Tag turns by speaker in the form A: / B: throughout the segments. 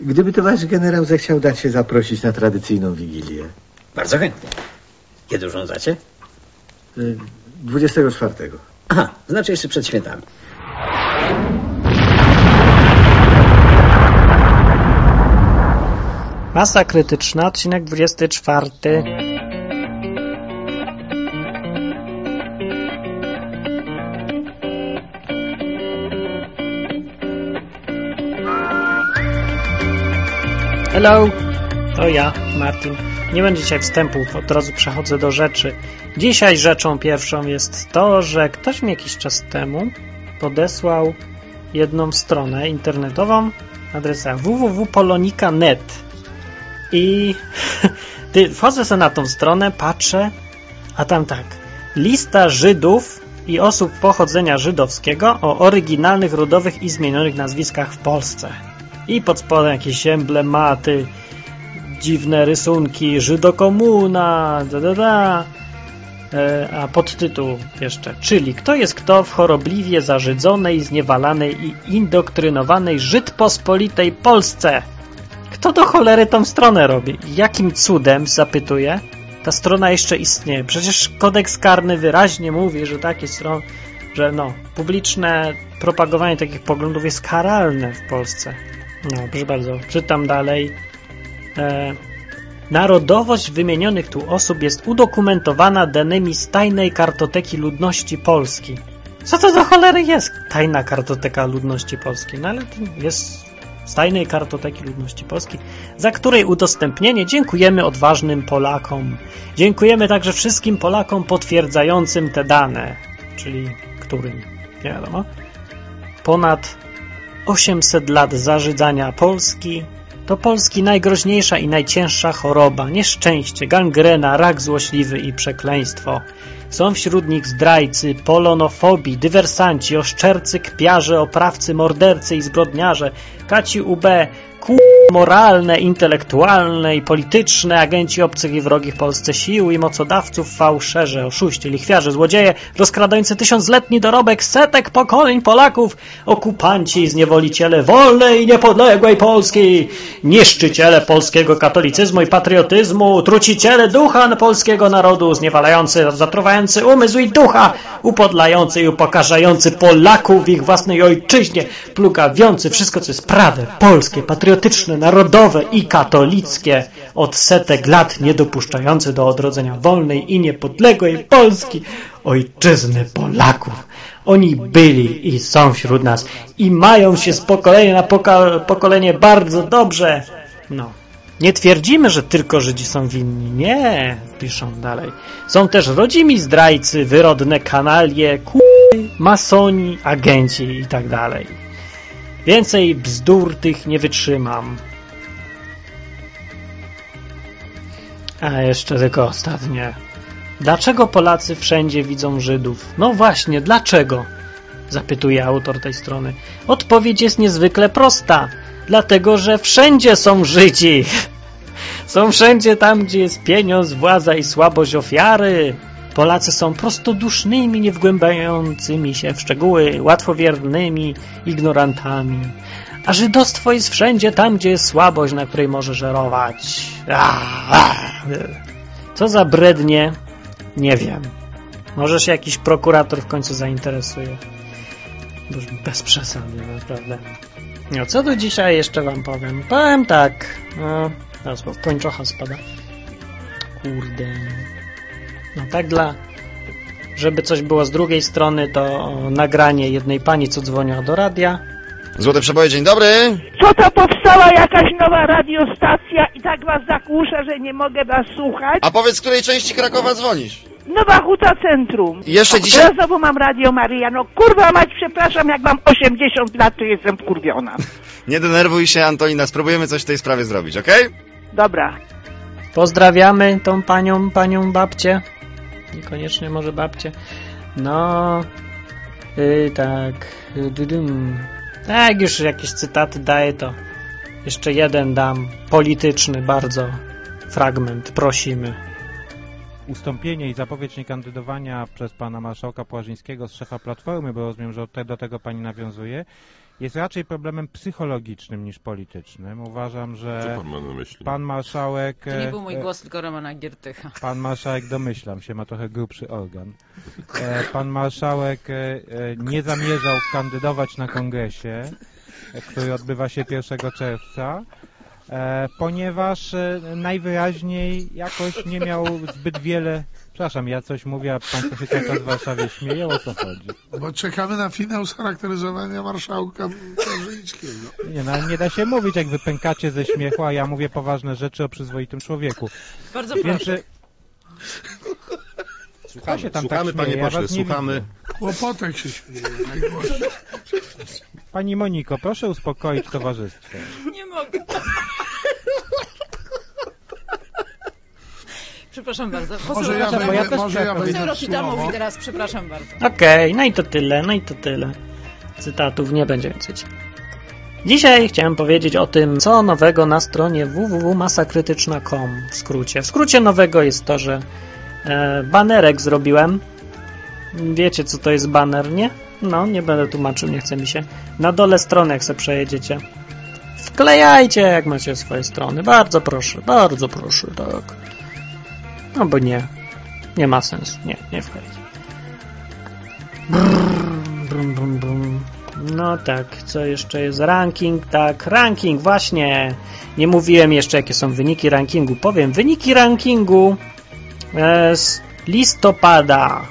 A: Gdyby to wasz generał zechciał dać się zaprosić na tradycyjną wigilię.
B: Bardzo chętnie. Kiedy urządzacie?
A: 24.
B: Aha, znaczy jeszcze przed świętami.
C: Masa krytyczna, odcinek 24. Hello, to ja, Martin. Nie będzie dzisiaj wstępów, od razu przechodzę do rzeczy. Dzisiaj rzeczą pierwszą jest to, że ktoś mi jakiś czas temu podesłał jedną stronę internetową, adresa www.polonika.net i wchodzę sobie na tą stronę, patrzę, a tam tak, lista Żydów i osób pochodzenia żydowskiego o oryginalnych, rodowych i zmienionych nazwiskach w Polsce. I pod spodem jakieś emblematy, dziwne rysunki, Żydokomuna, a podtytuł jeszcze, czyli kto jest kto w chorobliwie zażydzonej, zniewalanej i indoktrynowanej Żydpospolitej Polsce. Kto do cholery tą stronę robi? Jakim cudem, zapytuję, ta strona jeszcze istnieje? Przecież kodeks karny wyraźnie mówi, że takie strony, że publiczne propagowanie takich poglądów jest karalne w Polsce. No, proszę bardzo, czytam dalej. Narodowość wymienionych tu osób jest udokumentowana danymi z Tajnej Kartoteki Ludności Polski. Co to do cholery jest Tajna Kartoteka Ludności Polskiej? No ale to jest z Tajnej Kartoteki Ludności Polskiej, za której udostępnienie dziękujemy odważnym Polakom. Dziękujemy także wszystkim Polakom potwierdzającym te dane, czyli którym, nie wiadomo. Ponad 800 lat zażydzania Polski to Polski najgroźniejsza i najcięższa choroba, nieszczęście, gangrena, rak złośliwy i przekleństwo. Są wśród nich zdrajcy, polonofobi, dywersanci, oszczercy, kpiarze, oprawcy, mordercy i zbrodniarze, kaci UB, moralne, intelektualne i polityczne, agenci obcych i wrogich Polsce sił i mocodawców, fałszerze, oszuści, lichwiarze, złodzieje, rozkradający tysiącletni dorobek setek pokoleń Polaków, okupanci i zniewoliciele wolnej i niepodległej Polski, niszczyciele polskiego katolicyzmu i patriotyzmu, truciciele ducha polskiego narodu, zniewalający, zatruwający umysł i ducha, upodlający i upokarzający Polaków w ich własnej ojczyźnie, plugawiący wszystko, co jest prawe, polskie, patriotyczne, narodowe i katolickie, od setek lat niedopuszczający do odrodzenia wolnej i niepodległej Polski, ojczyzny Polaków. Oni byli i są wśród nas i mają się z pokolenia na pokolenie bardzo dobrze. Nie twierdzimy, że tylko Żydzi są winni. Nie, piszą dalej. Są też rodzimi zdrajcy, wyrodne kanalie, masoni, agenci i tak dalej. Więcej bzdur tych nie wytrzymam. A jeszcze tylko ostatnie. Dlaczego Polacy wszędzie widzą Żydów? No właśnie, dlaczego? Zapytuje autor tej strony. Odpowiedź jest niezwykle prosta. Dlatego, że wszędzie są Żydzi. Są wszędzie tam, gdzie jest pieniądz, władza i słabość ofiary. Polacy są prostodusznymi, niewgłębiającymi się w szczegóły, łatwowiernymi ignorantami. A żydostwo jest wszędzie tam, gdzie jest słabość, na której może żerować. Co za brednie? Nie wiem. Może się jakiś prokurator w końcu zainteresuje. Bez przesady, naprawdę. No, co tu dzisiaj jeszcze wam powiem? Powiem tak. Teraz pończocha spada. Kurde. No tak żeby coś było z drugiej strony, to nagranie jednej pani, co dzwoniła do radia.
D: Złote przeboje, dzień dobry.
E: Co to powstała jakaś nowa radiostacja i tak was zakłusza, że nie mogę was słuchać?
D: A powiedz, z której części Krakowa dzwonisz?
E: Nowa Huta Centrum.
D: Jeszcze dzisiaj...
E: Ja znowu mam Radio Maryja. No kurwa mać, przepraszam, jak mam 80 lat, to jestem wkurwiona.
D: Nie denerwuj się, Antonina, spróbujemy coś w tej sprawie zrobić, okej?
E: Dobra.
C: Pozdrawiamy tą panią babcię. Niekoniecznie może babcię. No... tak... Jak już jakieś cytaty daję, to jeszcze jeden dam. Polityczny bardzo. Fragment. Prosimy.
F: Ustąpienie i zapowiedź niekandydowania przez pana marszałka Płażyńskiego z szefa Platformy, bo rozumiem, że do tego pani nawiązuje, jest raczej problemem psychologicznym niż politycznym. Uważam,
G: Co
F: że
G: pan ma na myśli?
F: pan marszałek...
H: To nie był mój głos, tylko Romana Giertycha.
F: Pan marszałek, domyślam się, ma trochę grubszy organ. Pan marszałek nie zamierzał kandydować na kongresie, który odbywa się 1 czerwca, ponieważ najwyraźniej jakoś nie miał zbyt wiele... Przepraszam, ja coś mówię, a państwo się cały czas w Warszawie śmieją, o co chodzi?
I: Bo czekamy na finał scharakteryzowania marszałka Kaczyńskiego.
F: Nie, no ale nie da się mówić, jak wy pękacie ze śmiechu, a ja mówię poważne rzeczy o przyzwoitym człowieku.
H: Bardzo proszę.
G: Słuchamy,
F: tam
G: słuchamy
F: tak
G: panie
F: śmieje? Ja
G: pośle,
F: was nie
G: słuchamy.
I: Łopotek się śmieje najgłośniej.
F: Pani Moniko, proszę uspokoić towarzystwo.
H: Nie mogę. Przepraszam bardzo.
I: Może ja
H: Poseł Rokita
I: słowo.
H: mówi teraz, przepraszam bardzo.
C: Okej, no i to tyle. Cytatów nie będzie więcej. Dzisiaj chciałem powiedzieć o tym, co nowego na stronie www.masakrytyczna.com w skrócie. W skrócie nowego jest to, że banerek zrobiłem. Wiecie, co to jest baner, nie? No, nie będę tłumaczył, nie chce mi się. Na dole strony, jak sobie przejedziecie. Wklejajcie, jak macie swoje strony. Bardzo proszę, tak. No bo nie ma sensu. Nie wklejajcie. Brum. No tak, co jeszcze jest? Ranking, tak, ranking, właśnie. Nie mówiłem jeszcze, jakie są wyniki rankingu. Powiem, wyniki rankingu z listopada.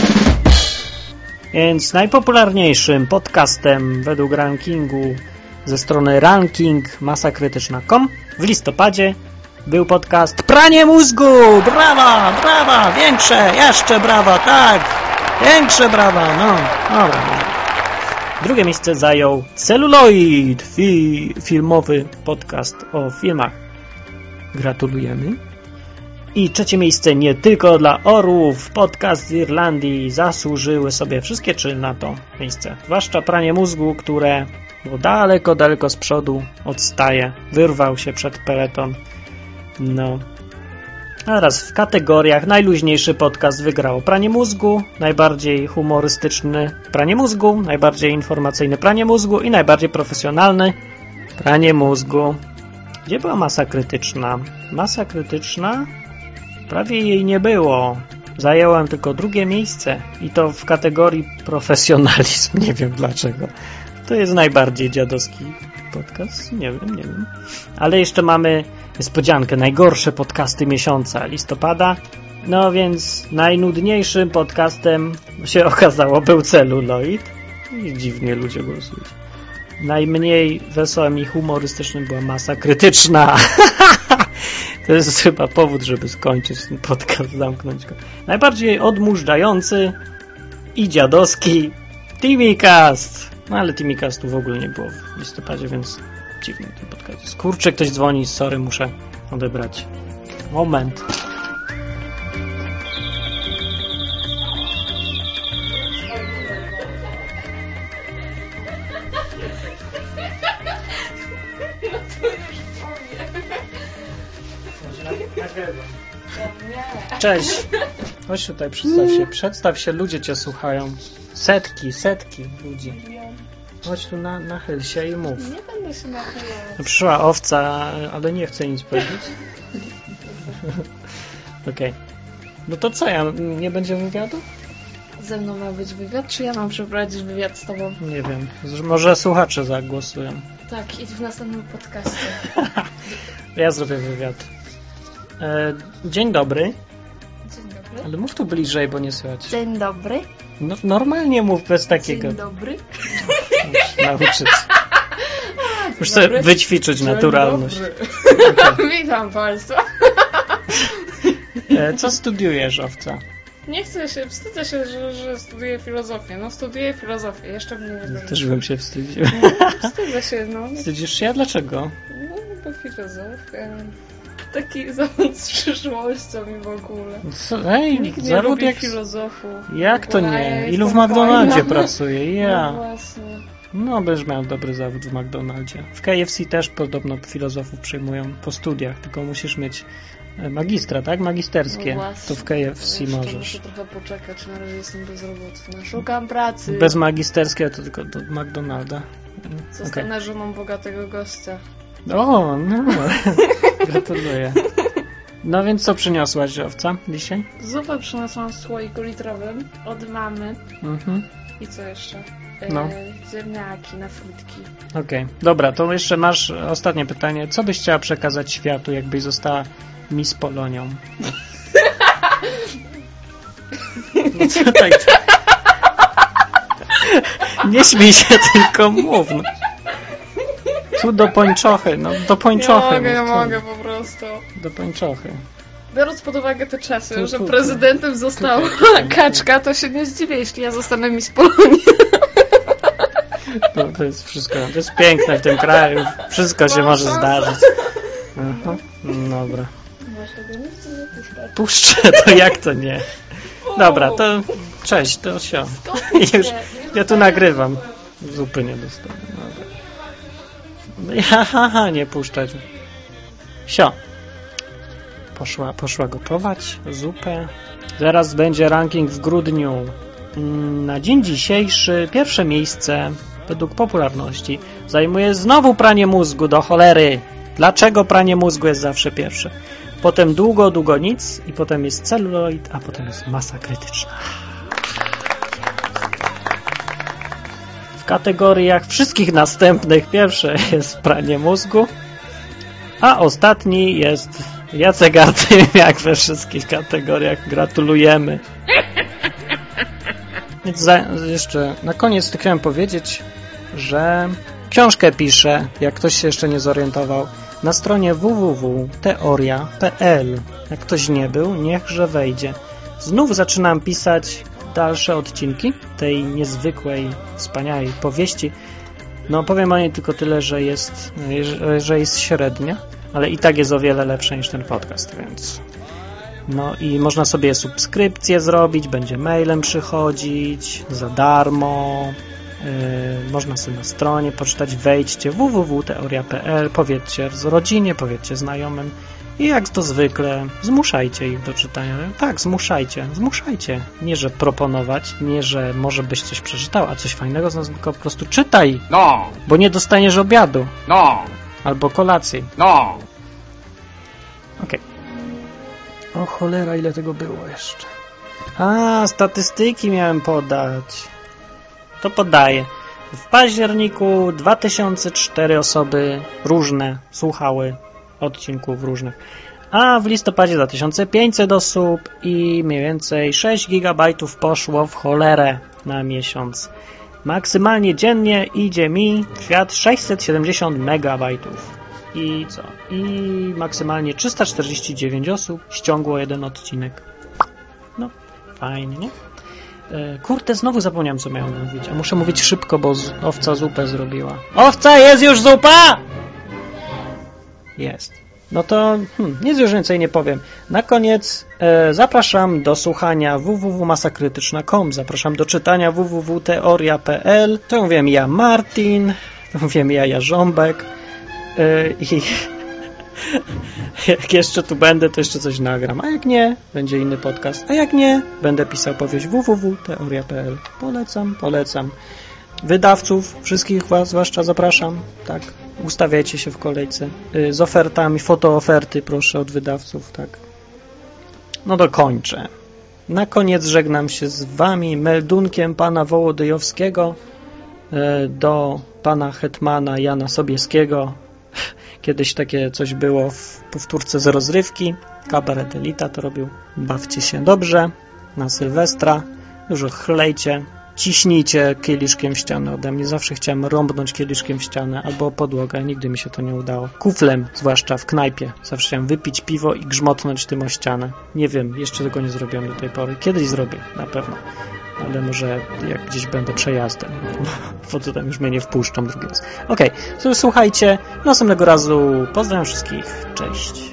C: Więc najpopularniejszym podcastem według rankingu ze strony ranking.masakrytyczna.com w listopadzie był podcast Pranie Mózgu! Brawa! Większe! Jeszcze brawa! Tak! Większe brawa! No, dobra. Drugie miejsce zajął Celuloid, filmowy podcast o filmach. Gratulujemy. I trzecie miejsce nie tylko dla orłów, podcast z Irlandii. Zasłużyły sobie wszystkie trzy na to miejsce. Zwłaszcza Pranie Mózgu, które było daleko z przodu, odstaje. Wyrwał się przed peleton. No. Teraz w kategoriach najluźniejszy podcast wygrał Pranie Mózgu, najbardziej humorystyczny Pranie Mózgu, najbardziej informacyjny Pranie Mózgu i najbardziej profesjonalny Pranie Mózgu. Gdzie była Masa Krytyczna? Masa Krytyczna? Prawie jej nie było. Zająłem tylko drugie miejsce i to w kategorii profesjonalizm. Nie wiem dlaczego. To jest najbardziej dziadowski podcast. Nie wiem. Ale jeszcze mamy niespodziankę. Najgorsze podcasty miesiąca listopada. No więc najnudniejszym podcastem się okazało był Celuloid. I dziwnie ludzie głosują. Najmniej wesołym i humorystycznym była Masa Krytyczna. To jest chyba powód, żeby skończyć ten podcast, zamknąć go. Najbardziej odmurzający i dziadowski Timicast. No ale Timicastu w ogóle nie było w listopadzie, więc dziwny ten podcast jest. Kurczę, ktoś dzwoni, sorry, muszę odebrać. Moment. Cześć. Chodź tutaj, przedstaw się, ludzie cię słuchają. Setki ludzi. Chodź tu, nachyl się i mów.
J: Nie będę się nachylać.
C: No, przyszła owca, ale nie chce nic powiedzieć. Okej. No to co, nie będzie wywiadu?
J: Ze mną ma być wywiad, czy ja mam przeprowadzić wywiad z tobą?
C: Nie wiem. Może słuchacze zagłosują.
J: Tak, idź w następnym podcaście.
C: Ja zrobię wywiad. Dzień dobry.
J: Dzień dobry.
C: Ale mów tu bliżej, bo nie słychać.
J: Dzień dobry.
C: No, normalnie mów bez takiego.
J: Dzień dobry.
C: Muszę nauczyć. Muszę sobie wyćwiczyć
J: Dzień
C: naturalność.
J: Okay. Witam Państwa.
C: Co studiujesz, owca?
J: Nie chcę się, wstydzę się, że studiuję filozofię. No studiuję filozofię, jeszcze mnie nie wiem.
C: Też bym się wstydził.
J: No, wstydzę się, no.
C: Wstydzisz się? A dlaczego?
J: No, bo filozofia. Taki zawód z przyszłością i w ogóle.
C: Ej,
J: nikt nie
C: zawód
J: lubi
C: jak
J: filozofów.
C: Jak to
J: Ja
C: nie?
J: jestem
C: Ilu w McDonaldzie
J: fajna.
C: pracuje? Ja.
J: No właśnie.
C: No, będziesz miał dobry zawód w McDonaldzie. W KFC też podobno filozofów przyjmują po studiach, tylko musisz mieć magistra, tak? Magisterskie.
J: No właśnie,
C: to w KFC
J: jeszcze
C: możesz.
J: Muszę trochę poczekać, na razie jestem bezrobotna. Szukam pracy.
C: Bez magisterskiego to tylko do McDonalda.
J: Zostanę żoną bogatego gościa.
C: O, no. Gratuluję. No więc co przyniosłaś, owca, dzisiaj?
J: Zupę przyniosłam w słoiku litrowym od mamy. I co jeszcze?
C: No.
J: Ziemniaki na frytki.
C: Okej. Dobra, to jeszcze masz ostatnie pytanie. Co byś chciała przekazać światu, jakbyś została Miss Polonią? No co tak? Nie śmiej się, tylko mów. No. Tu do pończochy, no do pończochy.
J: Nie mogę po prostu.
C: Do pończochy.
J: Biorąc pod uwagę te czasy,
C: Tu,
J: że
C: tu,
J: prezydentem została kaczka, to się nie zdziwię, jeśli ja zostanę Miss Polonia.
C: To jest wszystko, to jest piękne w tym kraju. Wszystko się może zdarzyć. Aha, dobra. Puszczę, to jak to nie? Dobra, to cześć, to sio. Już, ja tu nagrywam. Zupy nie dostanę. Haha, nie puszczać. Sio. Poszła gotować zupę. Zaraz będzie ranking w grudniu. Na dzień dzisiejszy pierwsze miejsce według popularności zajmuje znowu pranie mózgu, do cholery. Dlaczego pranie mózgu jest zawsze pierwsze? Potem długo nic i potem jest celuloid, a potem jest masa krytyczna. W kategoriach wszystkich następnych pierwsze jest pranie mózgu, a ostatni jest Jacek Artymiak we wszystkich kategoriach. Gratulujemy. Więc jeszcze na koniec chciałem powiedzieć, że książkę piszę, jak ktoś się jeszcze nie zorientował, na stronie www.teoria.pl. Jak ktoś nie był, niechże wejdzie. Znów zaczynam pisać dalsze odcinki tej niezwykłej, wspaniałej powieści. No powiem o niej tylko tyle, że jest średnia, ale i tak jest o wiele lepsza niż ten podcast, więc... No i można sobie subskrypcję zrobić, będzie mailem przychodzić, za darmo, można sobie na stronie poczytać, wejdźcie www.teoria.pl, powiedzcie rodzinie, powiedzcie znajomym i jak to zwykle zmuszajcie ich do czytania. Tak, zmuszajcie. Nie, że proponować, nie, że może byś coś przeczytał, a coś fajnego, tylko po prostu czytaj, bo nie dostaniesz obiadu, albo kolacji. Okej. O cholera, ile tego było jeszcze. A, statystyki miałem podać. To podaję. W październiku 2004 osoby różne słuchały odcinków różnych. A w listopadzie 2500 osób i mniej więcej 6 gigabajtów poszło w cholerę na miesiąc. Maksymalnie dziennie idzie mi w świat 670 megabajtów. I co? I maksymalnie 349 osób ściągło jeden odcinek. No, fajnie, nie? Kurde, znowu zapomniałem, co miałem mówić. A muszę mówić szybko, bo owca zupę zrobiła. Owca, jest już zupa! Jest. No to nic już więcej nie powiem. Na koniec zapraszam do słuchania www.masakrytyczna.com, zapraszam do czytania www.teoria.pl. To mówiłem ja, Martin, to mówiłem ja, Jarząbek. I jak jeszcze tu będę, to jeszcze coś nagram. A jak nie, będzie inny podcast. A jak nie, będę pisał powieść www.teoria.pl. Polecam. Wydawców, wszystkich was zwłaszcza zapraszam. Tak, ustawiajcie się w kolejce. Z ofertami, fotooferty proszę od wydawców, tak. No dokończę. Na koniec żegnam się z wami meldunkiem pana Wołodyjowskiego do pana hetmana Jana Sobieskiego. Kiedyś takie coś było w powtórce z rozrywki. Kabaret Elita to robił. Bawcie się dobrze na Sylwestra. Dużo chlejcie. Ciśnijcie kieliszkiem w ścianę ode mnie. Zawsze chciałem rąbnąć kieliszkiem w ścianę albo o podłogę. Nigdy mi się to nie udało. Kuflem, zwłaszcza w knajpie. Zawsze chciałem wypić piwo i grzmotnąć tym o ścianę. Nie wiem, jeszcze tego nie zrobiłem do tej pory. Kiedyś zrobię, na pewno. Ale może jak gdzieś będę przejazdem. Bo to tam już mnie nie wpuszczą drugi raz. Okej, słuchajcie. Następnego razu pozdrawiam wszystkich. Cześć.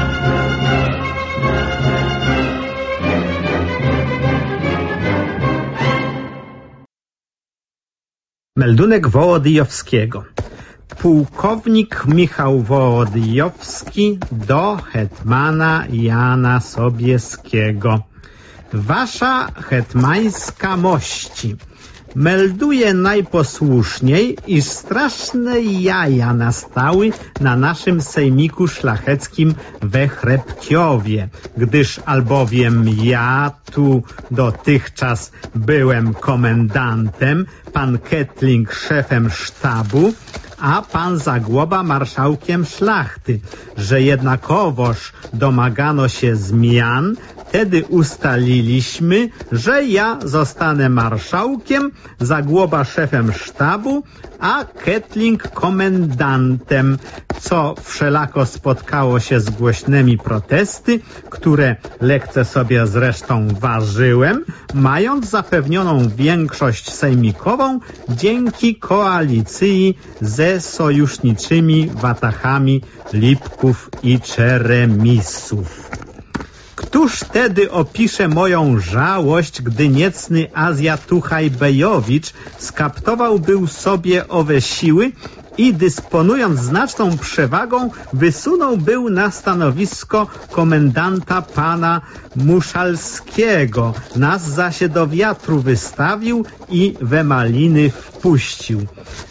G: Meldunek Wołodyjowskiego. Pułkownik Michał Wołodyjowski do hetmana Jana Sobieskiego. Wasza hetmańska mości. Melduje najposłuszniej, iż straszne jaja nastały na naszym sejmiku szlacheckim we Chrepkiowie, gdyż albowiem ja tu dotychczas byłem komendantem, pan Kettling szefem sztabu, a pan Zagłoba marszałkiem szlachty, że jednakowoż domagano się zmian, wtedy ustaliliśmy, że ja zostanę marszałkiem, Zagłoba szefem sztabu, a Kettling komendantem, co wszelako spotkało się z głośnymi protesty, które lekce sobie zresztą ważyłem, mając zapewnioną większość sejmikową dzięki koalicji ze sojuszniczymi watachami Lipków i Czeremisów. Któż wtedy opisze moją żałość, gdy niecny Azja Tuchaj-Bejowicz skaptował był sobie owe siły i dysponując znaczną przewagą wysunął był na stanowisko komendanta pana Muszalskiego, nas zaś do wiatru wystawił i we maliny wpuścił.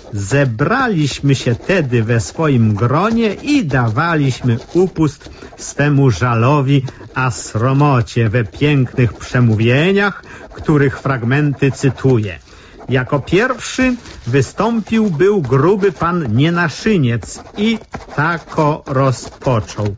G: Zebraliśmy się tedy we swoim gronie i dawaliśmy upust swemu żalowi a sromocie we pięknych przemówieniach, których fragmenty cytuję. Jako pierwszy wystąpił był gruby pan Nienaszyniec i tako rozpoczął.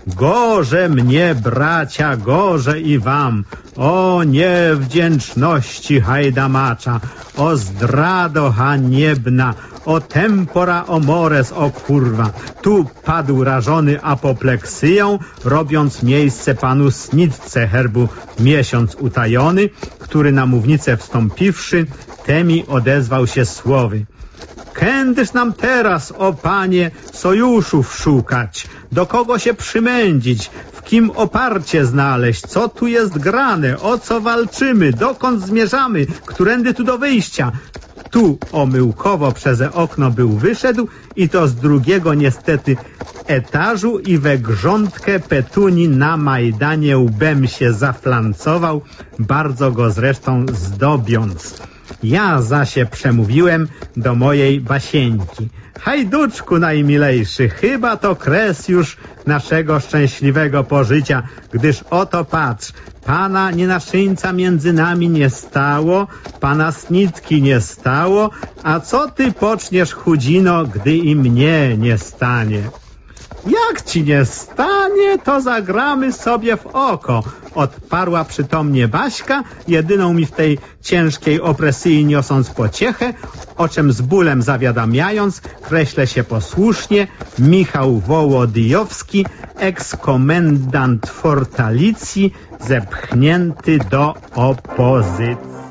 G: Gorze mnie, bracia, gorze i wam, o niewdzięczności hajdamacza, o zdrado haniebna, o tempora omores, o kurwa. Tu padł rażony apopleksją, robiąc miejsce panu Snitce herbu miesiąc utajony, który na mównicę wstąpiwszy, temi odezwał się słowy. Kędyż nam teraz, o panie, sojuszów szukać, do kogo się przymędzić, w kim oparcie znaleźć, co tu jest grane, o co walczymy, dokąd zmierzamy, którędy tu do wyjścia. Tu omyłkowo przez okno był wyszedł i to z drugiego niestety etażu i we grządkę Petuni na Majdanie łbem się zaflancował, bardzo go zresztą zdobiąc. Ja zaś przemówiłem do mojej Basieńki. Hajduczku najmilejszy, chyba to kres już naszego szczęśliwego pożycia, gdyż oto patrz, pana Nienaszyńca między nami nie stało, pana Snitki nie stało, a co ty poczniesz, chudzino, gdy i mnie nie stanie? Jak ci nie stanie, to zagramy sobie w oko, odparła przytomnie Baśka, jedyną mi w tej ciężkiej opresji niosąc pociechę, o czym z bólem zawiadamiając, kreślę się posłusznie, Michał Wołodyjowski, ekskomendant fortalicji, zepchnięty do opozycji.